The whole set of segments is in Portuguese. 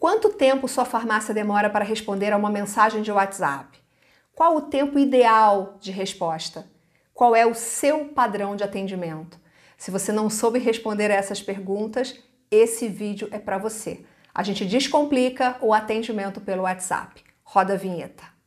Quanto tempo sua farmácia demora para responder a uma mensagem de WhatsApp? Qual o tempo ideal de resposta? Qual é o seu padrão de atendimento? Se você não soube responder a essas perguntas, esse vídeo é para você. A gente descomplica o atendimento pelo WhatsApp. Roda a vinheta.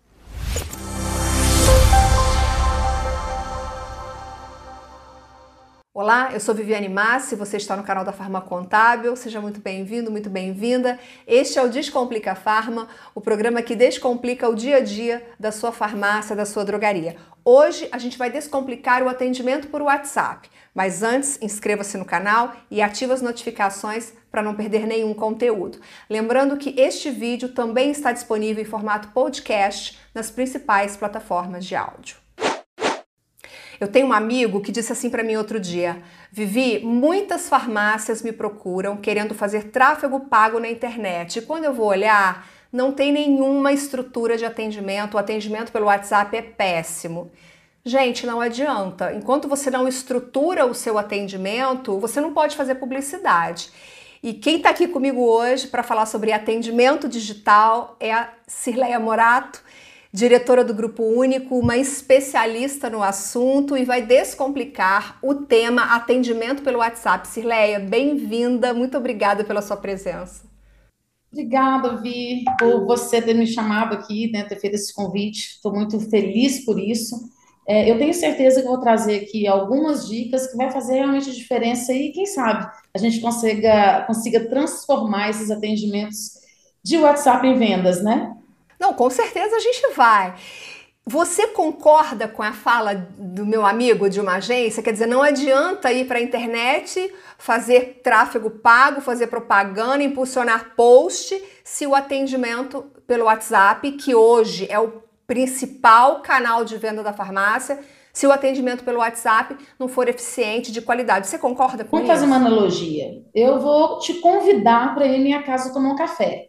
Olá, eu sou Viviane Massi, você está no canal da Farma Contábil, seja muito bem-vindo, muito bem-vinda. Este é o Descomplica Farma, o programa que descomplica o dia a dia da sua farmácia, da sua drogaria. Hoje a gente vai descomplicar o atendimento por WhatsApp, mas antes inscreva-se no canal e ative as notificações para não perder nenhum conteúdo. Lembrando que este vídeo também está disponível em formato podcast nas principais plataformas de áudio. Eu tenho um amigo que disse assim para mim outro dia: Vivi, muitas farmácias me procuram querendo fazer tráfego pago na internet. E quando eu vou olhar, não tem nenhuma estrutura de atendimento. O atendimento pelo WhatsApp é péssimo. Gente, não adianta. Enquanto você não estrutura o seu atendimento, você não pode fazer publicidade. E quem está aqui comigo hoje para falar sobre atendimento digital é a Cirleia Morato, diretora do Grupo Único, uma especialista no assunto e vai descomplicar o tema atendimento pelo WhatsApp. Cirleia, bem-vinda, muito obrigada pela sua presença. Obrigada, Vi, por você ter me chamado aqui, né, ter feito esse convite. Estou muito feliz por isso. Eu tenho certeza que vou trazer aqui algumas dicas que vai fazer realmente diferença e, quem sabe, a gente consiga transformar esses atendimentos de WhatsApp em vendas, né? Não, com certeza a gente vai. Você concorda com a fala do meu amigo de uma agência? Quer dizer, não adianta ir para a internet, fazer tráfego pago, fazer propaganda, impulsionar post, se o atendimento pelo WhatsApp, que hoje é o principal canal de venda da farmácia, se o atendimento pelo WhatsApp não for eficiente, de qualidade. Você concorda com Vamos fazer uma isso? analogia. Eu vou te convidar para ir em minha casa tomar um café,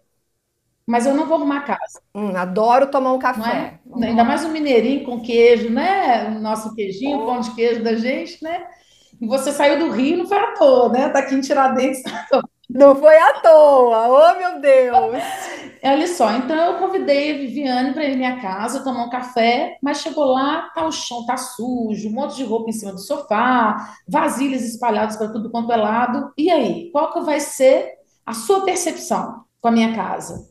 mas eu não vou arrumar a casa. Adoro tomar um Não é? café. Ainda mais um mineirinho com queijo, né? O nosso queijinho, o pão de queijo da gente, né? E você saiu do Rio, não foi à toa, né? Tá aqui em Tiradentes. Não foi à toa, oh meu Deus! Olha só, então eu convidei a Viviane para ir à minha casa tomar um café, mas chegou lá, tá o chão tá sujo, um monte de roupa em cima do sofá, vasilhas espalhadas para tudo quanto é lado. E aí, qual que vai ser a sua percepção com a minha casa?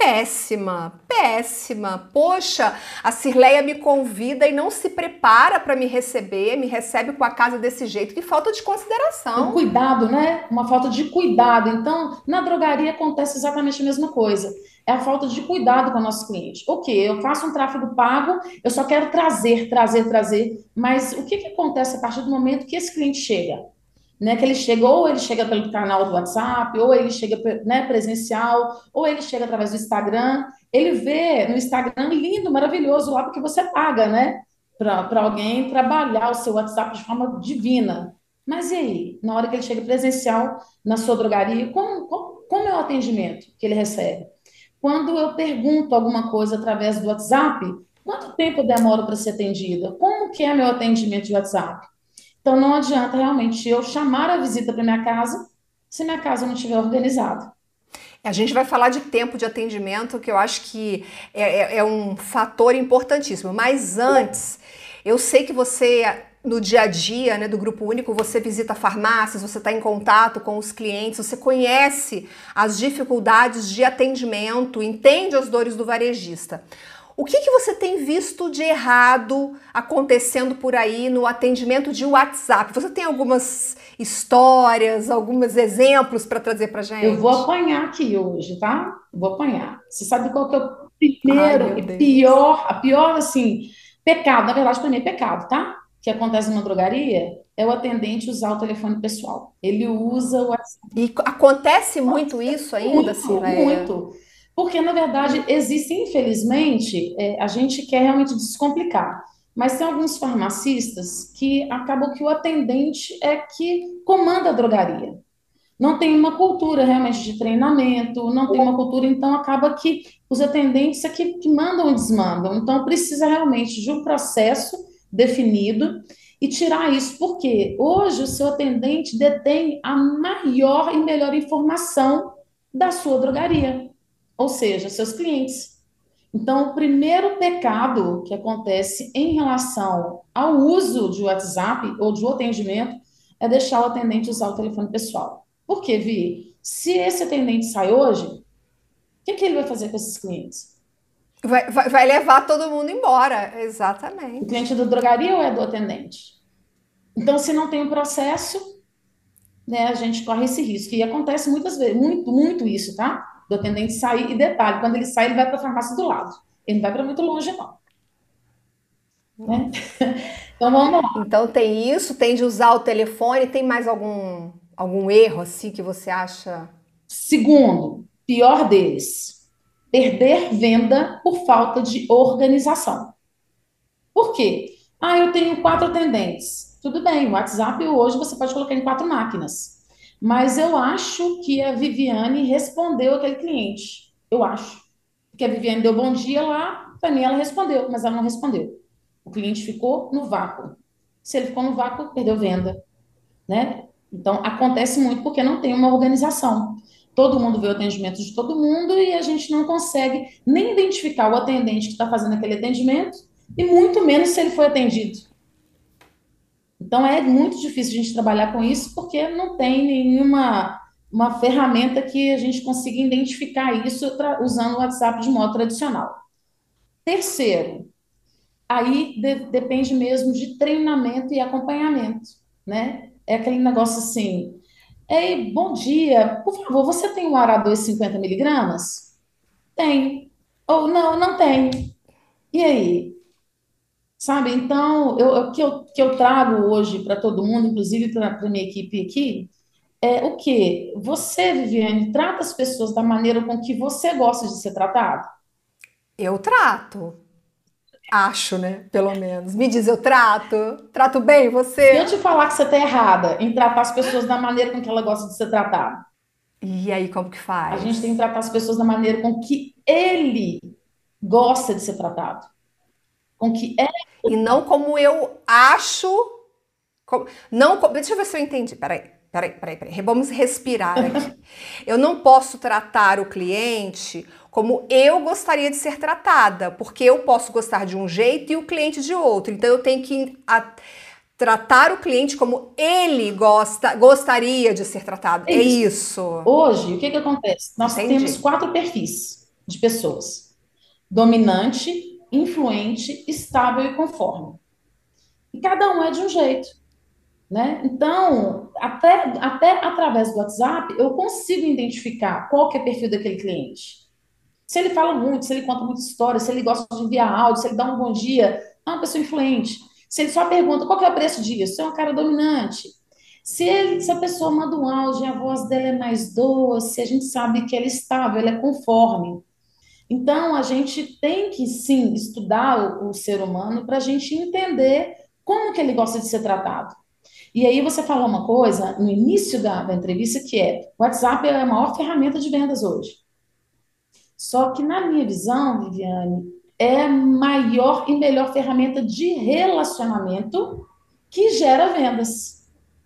Péssima, péssima. Poxa, a Cirleia me convida e não se prepara para me receber, me recebe com a casa desse jeito. Que falta de O consideração. cuidado, né? Uma falta de cuidado. Então, na drogaria acontece exatamente a mesma coisa. É a falta de cuidado com o nosso cliente. Ok, eu faço um tráfego pago, eu só quero trazer, mas o que acontece a partir do momento que esse cliente chega? Né, que ele chega, ou ele chega pelo canal do WhatsApp, ou ele chega, né, presencial, ou ele chega através do Instagram. Ele vê no Instagram lindo, maravilhoso lá, porque você paga, né, para alguém trabalhar o seu WhatsApp de forma divina. Mas e aí, na hora que ele chega presencial na sua drogaria, como é o atendimento que ele recebe? Quando eu pergunto alguma coisa através do WhatsApp, quanto tempo eu demoro para ser atendida? Como que é meu atendimento de WhatsApp? Então, não adianta realmente eu chamar a visita para minha casa se minha casa não estiver organizada. A gente vai falar de tempo de atendimento, que eu acho que é um fator importantíssimo. Mas antes, eu sei que você, no dia a dia, né, do Grupo Único, você visita farmácias, você está em contato com os clientes, você conhece as dificuldades de atendimento, entende as dores do varejista. O que você tem visto de errado acontecendo por aí no atendimento de WhatsApp? Você tem algumas histórias, alguns exemplos para trazer para Eu vou gente? apanhar aqui hoje, tá? Vou apanhar. Você sabe qual que é o Ai, primeiro meu e Deus. pior, a pior, assim, pecado, na verdade, para mim é pecado, tá? Que acontece numa drogaria é o atendente usar o telefone pessoal. Ele usa o WhatsApp E acontece muito isso ainda, muito, Cirleia? muito. Porque, na verdade, existe, infelizmente, a gente quer realmente descomplicar. Mas tem alguns farmacistas que acabam que o atendente é que comanda a drogaria. Não tem uma cultura realmente de treinamento, não tem uma cultura, então acaba que os atendentes é que mandam e desmandam. Então precisa realmente de um processo definido e tirar isso, porque hoje o seu atendente detém a maior e melhor informação da sua drogaria, ou seja, seus clientes. Então, o primeiro pecado que acontece em relação ao uso de WhatsApp ou de atendimento é deixar o atendente usar o telefone pessoal. Por quê, Vi? Se esse atendente sai hoje, o que ele vai fazer com esses clientes? Vai levar todo mundo embora, O exatamente. cliente da drogaria ou é do atendente? Então, se não tem um processo, né, a gente corre esse risco. E acontece muitas vezes, muito, muito isso, tá? Do atendente sair, e detalhe, quando ele sai, ele vai para a farmácia do lado. Ele não vai para muito longe, não. Né? Então, vamos lá. Então tem isso, tem de usar o telefone, tem mais algum erro assim que você acha? Segundo, pior deles, perder venda por falta de organização. Por quê? Ah, eu tenho 4 atendentes. Tudo bem, o WhatsApp hoje você pode colocar em 4 máquinas. Mas eu acho que a Viviane respondeu aquele cliente. Eu acho. Porque a Viviane deu bom dia lá, para mim ela respondeu, mas ela não respondeu. O cliente ficou no vácuo. Se ele ficou no vácuo, perdeu venda, né? Então, acontece muito porque não tem uma organização. Todo mundo vê o atendimento de todo mundo e a gente não consegue nem identificar o atendente que está fazendo aquele atendimento e muito menos se ele foi atendido. Então, é muito difícil a gente trabalhar com isso porque não tem nenhuma uma ferramenta que a gente consiga identificar isso usando o WhatsApp de modo tradicional. Terceiro, aí depende mesmo de treinamento e acompanhamento, né? É aquele negócio assim, ei, bom dia, por favor, você tem um Arador 50 mg? Tem. Ou não, não tem. E aí? Sabe? Então, o que eu trago hoje para todo mundo, inclusive para a minha equipe aqui, é o quê? Você, Viviane, trata as pessoas da maneira com que você gosta de ser tratado? Eu trato, acho, né? Pelo menos. Me diz, eu trato? Trato bem Se eu você? te falar que você está errada em tratar as pessoas da maneira com que ela gosta de ser tratada, E aí, como que a gente tem que faz? tratar as pessoas da maneira com que ele gosta de ser tratado, com que ela. E não como eu acho. Não, deixa eu ver se eu entendi. Peraí. Vamos respirar aqui. Eu não posso tratar o cliente como eu gostaria de ser tratada, porque eu posso gostar de um jeito e o cliente de outro. Então eu tenho que tratar o cliente como ele gostaria de ser tratado. É É isso. isso. Hoje, o que que acontece? Nós temos Entendi. 4 perfis de pessoas: dominante, influente, estável e conforme. E cada um é de um jeito, né? Então, até através do WhatsApp, eu consigo identificar qual que é o perfil daquele cliente. Se ele fala muito, se ele conta muita história, se ele gosta de enviar áudio, se ele dá um bom dia, é uma pessoa influente. Se ele só pergunta qual que é o preço disso, é um cara dominante. Se a pessoa manda um áudio e a voz dela é mais doce, a gente sabe que ela é estável, ela é conforme. Então, a gente tem que, sim, estudar o ser humano para a gente entender como que ele gosta de ser tratado. E aí você falou uma coisa no início da entrevista que é, o WhatsApp é a maior ferramenta de vendas hoje. Só que na minha visão, Viviane, é a maior e melhor ferramenta de relacionamento que gera vendas.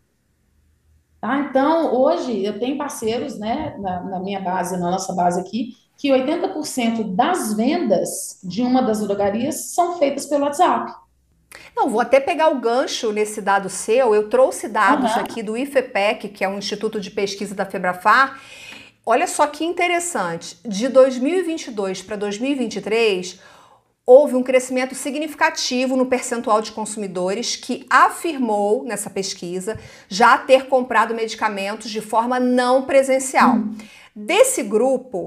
Tá? Então, hoje eu tenho parceiros, né, na minha base, na nossa base aqui, que 80% das vendas de uma das drogarias são feitas pelo WhatsApp. Não, vou até pegar o gancho nesse dado seu. Eu trouxe dados Aham. aqui do IFEPEC, que é um instituto de pesquisa da Febrafar. Olha só que interessante. De 2022 para 2023, houve um crescimento significativo no percentual de consumidores que afirmou nessa pesquisa já ter comprado medicamentos de forma não presencial. Desse grupo,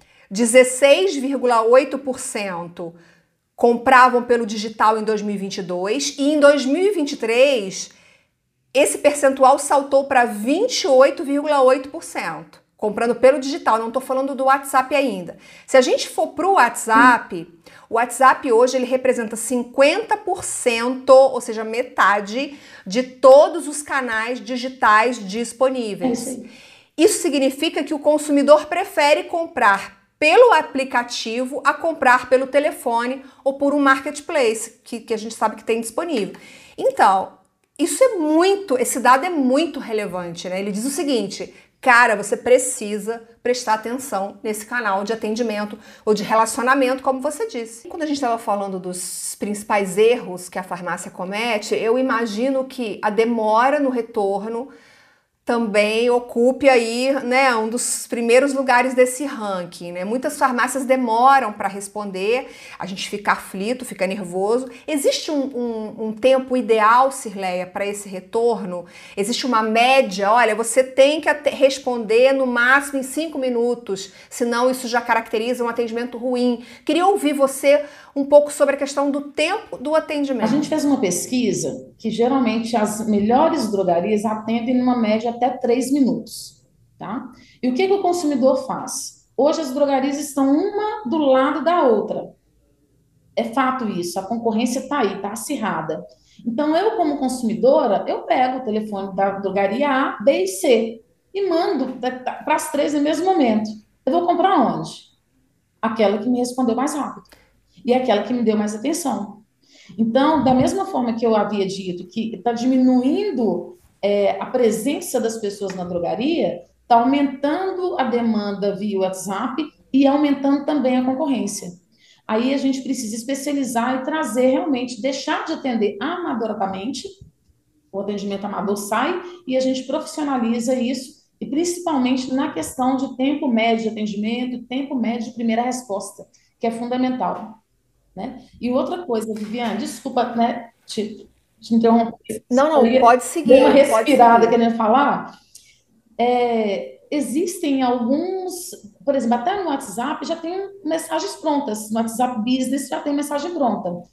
16,8% compravam pelo digital em 2022 e em 2023 esse percentual saltou para 28,8%. Comprando pelo digital, não estou falando do WhatsApp ainda. Se a gente for para o WhatsApp hoje ele representa 50%, ou seja, metade de todos os canais digitais É isso disponíveis. aí. Isso significa que o consumidor prefere comprar pelo aplicativo a comprar pelo telefone ou por um marketplace, que a gente sabe que tem disponível. Então, esse dado é muito relevante, né? Ele diz o seguinte: cara, você precisa prestar atenção nesse canal de atendimento ou de relacionamento, como você disse. Quando a gente estava falando dos principais erros que a farmácia comete, eu imagino que a demora no retorno também ocupe aí, né, um dos primeiros lugares desse ranking, né? Muitas farmácias demoram para responder, a gente fica aflito, fica nervoso. Existe um tempo ideal, Cirleia, para esse retorno? Existe uma média? Olha, você tem que responder no máximo em 5 minutos, senão isso já caracteriza um atendimento ruim. Queria ouvir você um pouco sobre a questão do tempo do atendimento. A gente fez uma pesquisa que geralmente as melhores drogarias atendem numa média até 3 minutos, tá? E o que que o consumidor faz? Hoje as drogarias estão uma do lado da outra. É fato isso, a concorrência está aí, está acirrada. Então, eu, como consumidora, eu pego o telefone da drogaria A, B e C e mando para as três no mesmo momento. Eu vou comprar onde? Aquela que me respondeu mais rápido e aquela que me deu mais atenção. Então, da mesma forma que eu havia dito que está diminuindo a presença das pessoas na drogaria, está aumentando a demanda via WhatsApp e aumentando também a concorrência. Aí a gente precisa especializar e trazer realmente, deixar de atender amadoramente, o atendimento amador sai e a gente profissionaliza isso, e principalmente na questão de tempo médio de atendimento, tempo médio de primeira resposta, que é fundamental, né? E outra coisa, Viviane, desculpa, né, te interromper, Não, não, pode dei uma seguir, pode respirada seguir. querendo falar. Existem alguns, por exemplo, até no WhatsApp já tem mensagens prontas, no WhatsApp Business já tem mensagem pronta.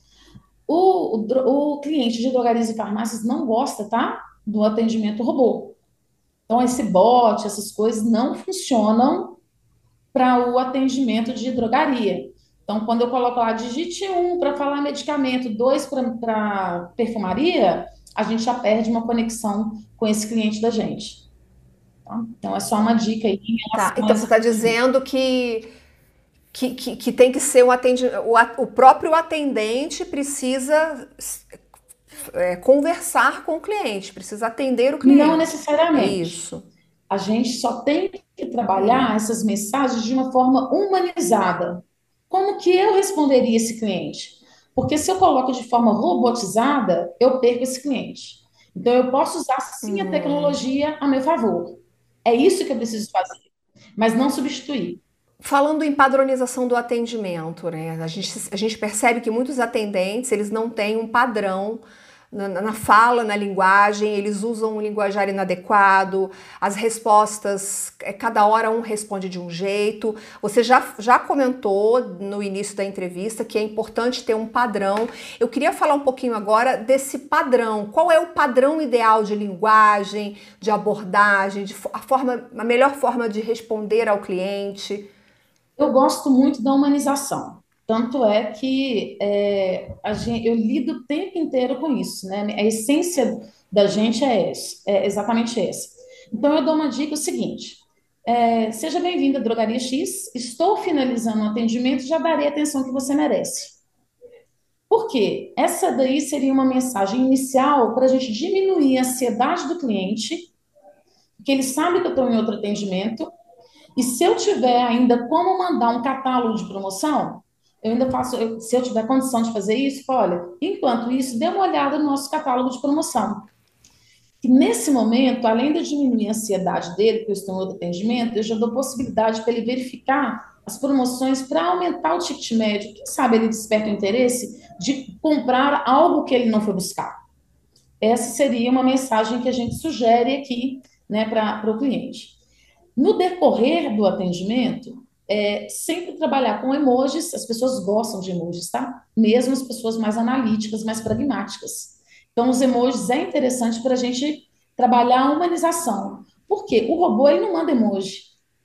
O cliente de drogarias e farmácias não gosta, tá? Do atendimento robô. Então, esse bot, essas coisas não funcionam para o atendimento de drogaria. Então, quando eu coloco lá, digite um para falar medicamento, dois para perfumaria, a gente já perde uma conexão com esse cliente da gente. Tá? Então, é só uma dica aí em Tá, relação a então você esse está atendimento. dizendo que tem que ser um atendimento, o próprio atendente precisa conversar com o cliente, precisa atender o Não cliente. É necessariamente. isso. A gente só tem que trabalhar essas mensagens de uma forma humanizada. Como que eu responderia esse cliente? Porque se eu coloco de forma robotizada, eu perco esse cliente. Então, eu posso usar sim a Hum. tecnologia a meu favor. É isso que eu preciso fazer, mas não substituir. Falando em padronização do atendimento, né? A gente percebe que muitos atendentes eles não têm um padrão na fala, na linguagem, eles usam um linguajar inadequado, as respostas, cada hora um responde de um jeito. Você já comentou no início da entrevista que é importante ter um padrão. Eu queria falar um pouquinho agora desse padrão. Qual é o padrão ideal de linguagem, de abordagem, a melhor forma de responder ao cliente? Eu gosto muito da humanização. Tanto é que eu lido o tempo inteiro com isso, né? A essência da gente é exatamente essa. Então, eu dou uma dica o seguinte: seja bem-vindo à Drogaria X, estou finalizando o atendimento, já darei a atenção que você merece. Por quê? Essa daí seria uma mensagem inicial para a gente diminuir a ansiedade do cliente, porque ele sabe que eu estou em outro atendimento, e se eu tiver ainda como mandar um catálogo de promoção, eu ainda faço, se eu tiver condição de fazer isso, olha, enquanto isso, dê uma olhada no nosso catálogo de promoção. Que nesse momento, além de diminuir a ansiedade dele, que eu estou em outro atendimento, eu já dou possibilidade para ele verificar as promoções para aumentar o ticket médio. Quem sabe ele desperta o interesse de comprar algo que ele não foi buscar. Essa seria uma mensagem que a gente sugere aqui, né, para o cliente. No decorrer do atendimento, sempre trabalhar com emojis, as pessoas gostam de emojis, tá? Mesmo as pessoas mais analíticas, mais pragmáticas. Então, os emojis é interessante para a gente trabalhar a humanização. Por quê? O robô ele não manda emoji,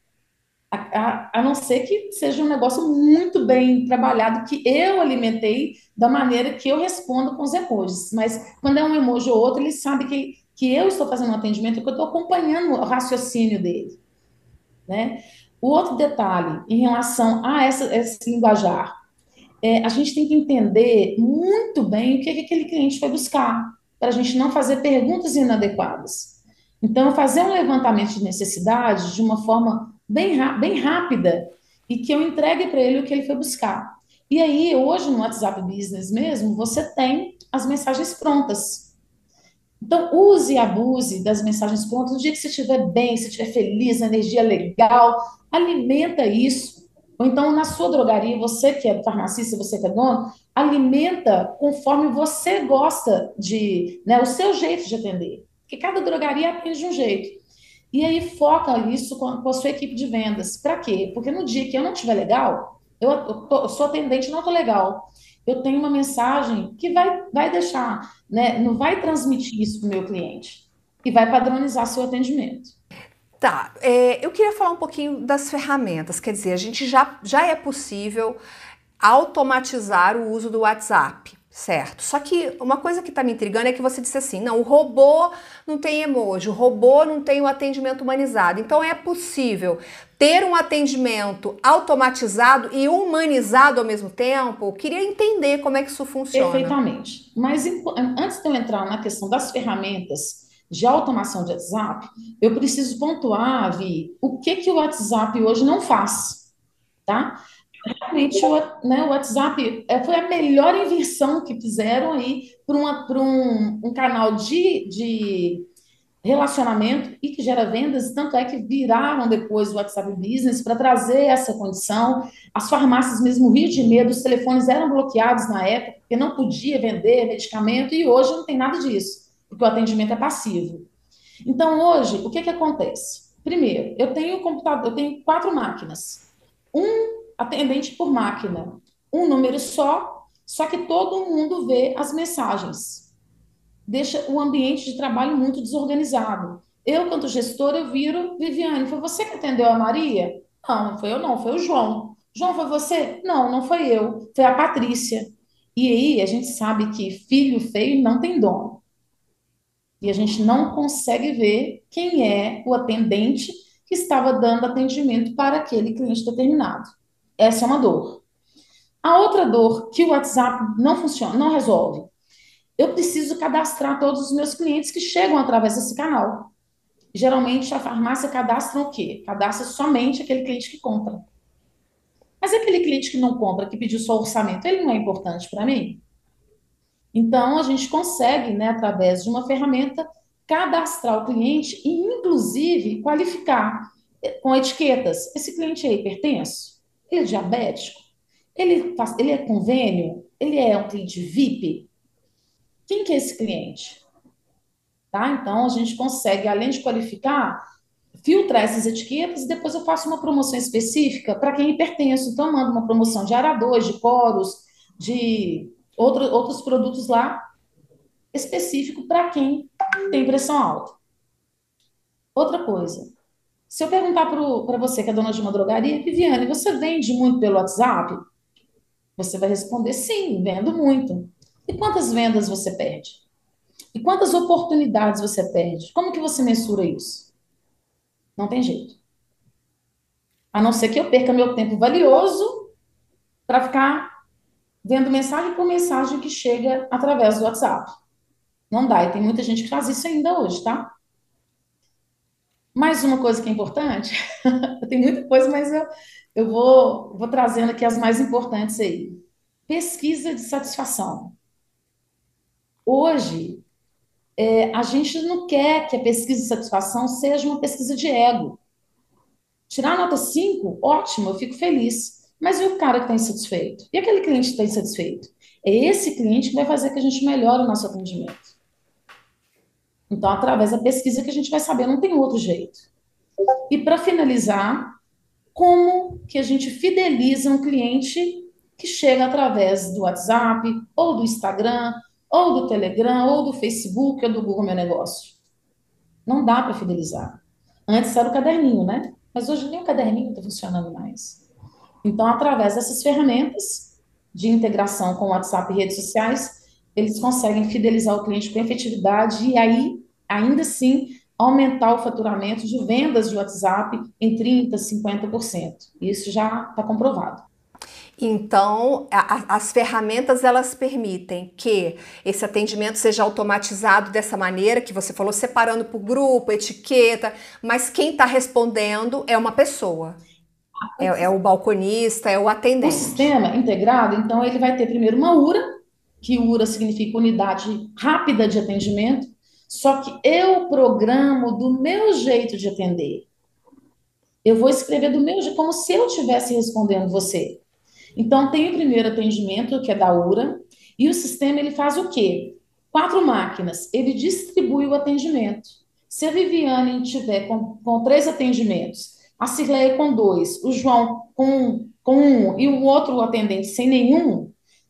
a não ser que seja um negócio muito bem trabalhado, que eu alimentei da maneira que eu respondo com os emojis. Mas quando é um emoji ou outro, ele sabe que eu estou fazendo um atendimento, que eu estou acompanhando o raciocínio dele, né? O outro detalhe, em relação a esse linguajar, a gente tem que entender muito bem o que aquele cliente foi buscar, para a gente não fazer perguntas inadequadas. Então, fazer um levantamento de necessidade de uma forma bem rápida e que eu entregue para ele o que ele foi buscar. E aí, hoje, no WhatsApp Business mesmo, você tem as mensagens prontas. Então, use e abuse das mensagens prontas. No dia que você estiver bem, se estiver feliz, energia legal, alimenta isso. Ou então, na sua drogaria, você que é farmacista, você que é dono, alimenta conforme você gosta de, né, o seu jeito de atender. Porque cada drogaria atende de um jeito. E aí foca isso com a sua equipe de vendas. Para quê? Porque no dia que eu não estiver legal, eu sou atendente e não estou legal. Eu tenho uma mensagem que vai deixar, né, não vai transmitir isso para o meu cliente. E vai padronizar seu atendimento. Tá, eu queria falar um pouquinho das ferramentas. Quer dizer, a gente já é possível automatizar o uso do WhatsApp, certo? Só que uma coisa que está me intrigando é que você disse assim, não, o robô não tem emoji, o robô não tem o atendimento humanizado. Então é possível ter um atendimento automatizado e humanizado ao mesmo tempo? Eu queria entender como é que isso funciona. Perfeitamente. Mas antes de eu entrar na questão das ferramentas de automação de WhatsApp, eu preciso pontuar, Vi, o que que o WhatsApp hoje não faz, tá? Realmente, o WhatsApp foi a melhor invenção que fizeram aí para um canal de relacionamento e que gera vendas, tanto é que viraram depois o WhatsApp Business para trazer essa condição. As farmácias mesmo, Rio de Janeiro, os telefones eram bloqueados na época, porque não podia vender medicamento, e hoje não tem nada disso, porque o atendimento é passivo. Então, hoje, o que que acontece? Primeiro, eu tenho computador, eu tenho 4 máquinas, um atendente por máquina, um número só que todo mundo vê as mensagens. Deixa o ambiente de trabalho muito desorganizado. Eu, quanto gestora, eu viro, Viviane, foi você que atendeu a Maria? Não, não foi eu não, foi o João. João, foi você? Não, não foi eu, foi a Patrícia. E aí a gente sabe que filho feio não tem dono. E a gente não consegue ver quem é o atendente que estava dando atendimento para aquele cliente determinado. Essa é uma dor. A outra dor que o WhatsApp não funciona, não resolve. Eu preciso cadastrar todos os meus clientes que chegam através desse canal. Geralmente a farmácia cadastra o quê? Cadastra somente aquele cliente que compra. Mas aquele cliente que não compra, que pediu só orçamento, ele não é importante para mim? Então a gente consegue, né, através de uma ferramenta, cadastrar o cliente e, inclusive, qualificar com etiquetas. Esse cliente é hipertenso? Ele é diabético? Ele é convênio? Ele é um cliente VIP? Quem que é esse cliente? Tá? Então, a gente consegue, além de qualificar, filtrar essas etiquetas e depois eu faço uma promoção específica para quem é hipertenso. Então, eu mando uma promoção de Ara2, de Poros, de outros produtos lá, específico para quem tem pressão alta. Outra coisa, se eu perguntar para você, que é dona de uma drogaria, Viviane, você vende muito pelo WhatsApp? Você vai responder, sim, vendo muito. E quantas vendas você perde? E quantas oportunidades você perde? Como que você mensura isso? Não tem jeito. A não ser que eu perca meu tempo valioso para ficar vendo mensagem por mensagem que chega através do WhatsApp. Não dá, e tem muita gente que faz isso ainda hoje, tá? Mais uma coisa que é importante, tem muita coisa, mas eu vou trazendo aqui as mais importantes aí. Pesquisa de satisfação. Hoje, a gente não quer que a pesquisa de satisfação seja uma pesquisa de ego. Tirar nota 5, ótimo, eu fico feliz. Mas e o cara que está insatisfeito? E aquele cliente que está insatisfeito? É esse cliente que vai fazer que a gente melhore o nosso atendimento. Então, através da pesquisa que a gente vai saber, não tem outro jeito. E para finalizar, como que a gente fideliza um cliente que chega através do WhatsApp, ou do Instagram, ou do Telegram, ou do Facebook, ou do Google Meu Negócio? Não dá para fidelizar. Antes era o caderninho, né? Mas hoje nem o caderninho está funcionando mais. Então, através dessas ferramentas de integração com o WhatsApp e redes sociais, eles conseguem fidelizar o cliente com efetividade e aí, ainda assim, aumentar o faturamento de vendas de WhatsApp em 30%, 50%. Isso já está comprovado. Então, as ferramentas elas permitem que esse atendimento seja automatizado dessa maneira que você falou, separando por grupo, etiqueta, mas quem está respondendo é uma pessoa, é o balconista, é o O atendente. sistema integrado, então, ele vai ter primeiro uma URA, que URA significa unidade rápida de atendimento, só que eu programo do meu jeito de atender. Eu vou escrever do meu jeito, como se eu estivesse respondendo você. Então, tem o primeiro atendimento, que é da URA, e o sistema ele faz o quê? 4 máquinas, ele distribui o atendimento. Se a Viviane tiver com 3 atendimentos, a Cirleia com 2, o João com um e o outro atendente sem nenhum,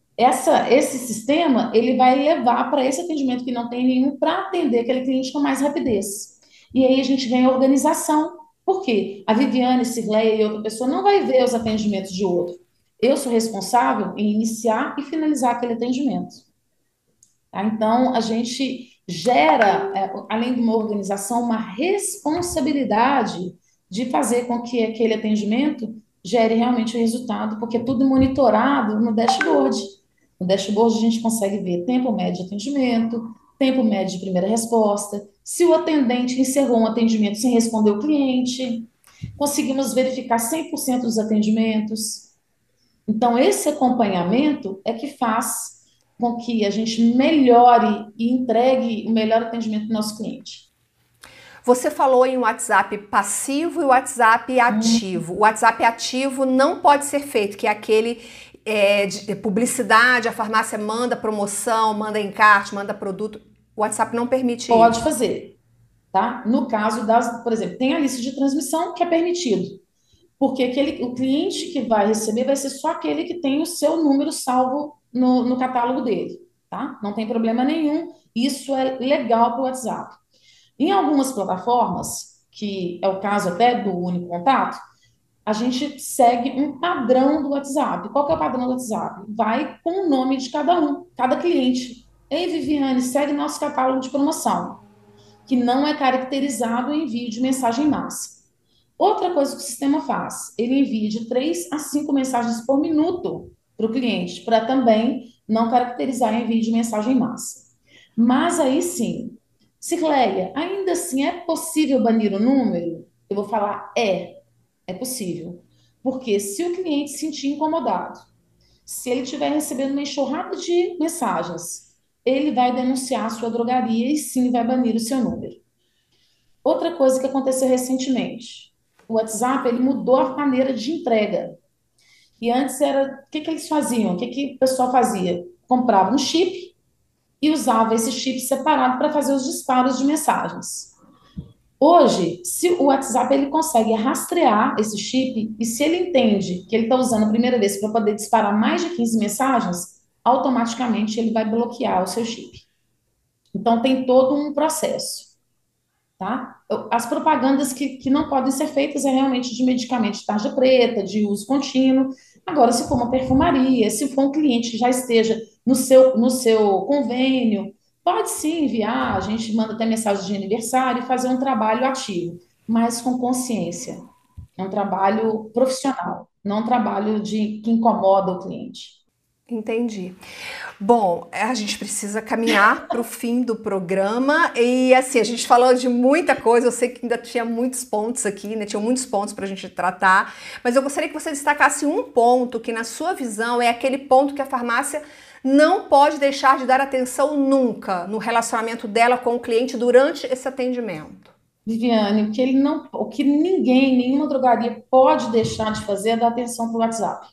esse sistema ele vai levar para esse atendimento que não tem nenhum para atender aquele cliente com mais rapidez. E aí a gente ganha organização. Por quê? A Viviane, Cirleia e outra pessoa não vai ver os atendimentos de outro. Eu sou responsável em iniciar e finalizar aquele atendimento. Tá? Então, a gente gera, além de uma organização, uma responsabilidade de fazer com que aquele atendimento gere realmente o resultado, porque é tudo monitorado no dashboard. No dashboard, a gente consegue ver tempo médio de atendimento, tempo médio de primeira resposta, se o atendente encerrou um atendimento sem responder o cliente, conseguimos verificar 100% dos atendimentos. Então, esse acompanhamento é que faz com que a gente melhore e entregue o melhor atendimento para o nosso cliente. Você falou em WhatsApp passivo e WhatsApp ativo. O WhatsApp ativo não pode ser feito, que é aquele de publicidade, a farmácia manda promoção, manda encarte, manda produto. O WhatsApp não permite Pode isso. fazer, tá? No caso das, por exemplo, tem a lista de transmissão que é permitido, porque o cliente que vai receber vai ser só aquele que tem o seu número salvo no catálogo dele, tá? Não tem problema nenhum, isso é legal para o WhatsApp. Em algumas plataformas, que é o caso até do Único Contato, a gente segue um padrão do WhatsApp. Qual que é o padrão do WhatsApp? Vai com o nome de cada um, cada cliente. Ei, Viviane, segue nosso catálogo de promoção, que não é caracterizado em envio de mensagem em massa. Outra coisa que o sistema faz, ele envia de 3 a 5 mensagens por minuto para o cliente, para também não caracterizar envio de mensagem em massa. Mas aí sim, Cirleia, ainda assim é possível banir o número? Eu vou falar, é possível. Porque se o cliente se sentir incomodado, se ele estiver recebendo uma enxurrada de mensagens, ele vai denunciar a sua drogaria e sim vai banir o seu número. Outra coisa que aconteceu recentemente, o WhatsApp ele mudou a maneira de entrega. E antes era, o que eles faziam? O pessoal fazia? Comprava um chip e usava esse chip separado para fazer os disparos de mensagens. Hoje, se o WhatsApp ele consegue rastrear esse chip e se ele entende que ele está usando a primeira vez para poder disparar mais de 15 mensagens, automaticamente ele vai bloquear o seu chip. Então tem todo um processo, tá? As propagandas que não podem ser feitas é realmente de medicamento de tarja preta, de uso contínuo. Agora, se for uma perfumaria, se for um cliente que já esteja no seu convênio, pode sim enviar, a gente manda até mensagem de aniversário e fazer um trabalho ativo, mas com consciência. É um trabalho profissional, não um trabalho que incomoda o cliente. Entendi. Bom, a gente precisa caminhar para o fim do programa e assim, a gente falou de muita coisa, eu sei que ainda tinha muitos pontos aqui, né? Tinha muitos pontos para a gente tratar, mas eu gostaria que você destacasse um ponto que na sua visão é aquele ponto que a farmácia não pode deixar de dar atenção nunca no relacionamento dela com o cliente durante esse atendimento. Viviane, o que ninguém, nenhuma drogaria pode deixar de fazer é dar atenção para o WhatsApp.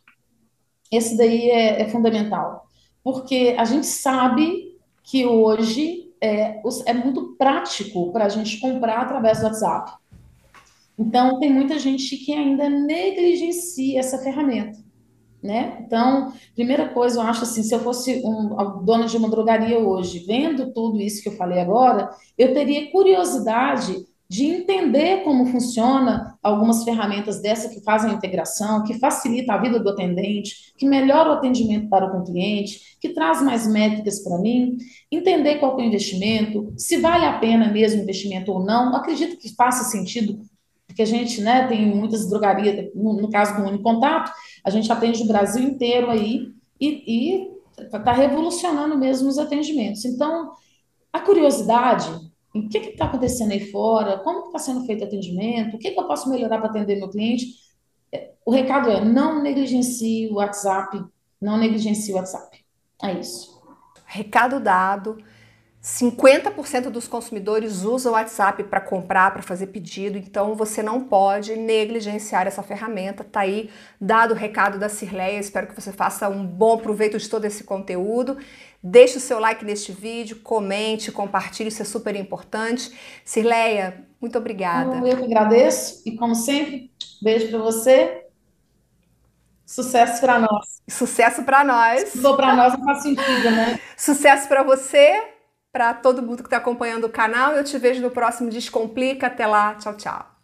Esse daí é fundamental, porque a gente sabe que hoje é muito prático para a gente comprar através do WhatsApp. Então, tem muita gente que ainda negligencia essa ferramenta, né? Então, primeira coisa, eu acho assim, se eu fosse a dona de uma drogaria hoje, vendo tudo isso que eu falei agora, eu teria curiosidade de entender como funciona algumas ferramentas dessa que fazem a integração, que facilita a vida do atendente, que melhora o atendimento para o cliente, que traz mais métricas para mim, entender qual é o investimento, se vale a pena mesmo o investimento ou não. Acredito que faça sentido porque a gente, né, tem muitas drogarias, no caso do Unicontato, a gente atende o Brasil inteiro aí e está revolucionando mesmo os atendimentos. Então, a curiosidade, o que está acontecendo aí fora, como está sendo feito o atendimento, o que eu posso melhorar para atender meu cliente, o recado é, não negligencie o WhatsApp, não negligencie o WhatsApp. É isso. Recado dado. 50% dos consumidores usam o WhatsApp para comprar, para fazer pedido, então você não pode negligenciar essa ferramenta. Tá aí dado o recado da Cirleia, espero que você faça um bom proveito de todo esse conteúdo. Deixe o seu like neste vídeo, comente, compartilhe, isso é super importante. Cirleia, muito obrigada. Eu que agradeço e, como sempre, beijo para você, sucesso para nós. Sucesso para Se nós. for para nós, não faz sentido, né? Sucesso para você, para todo mundo que está acompanhando o canal. Eu te vejo no próximo Descomplica. Até lá. Tchau, tchau.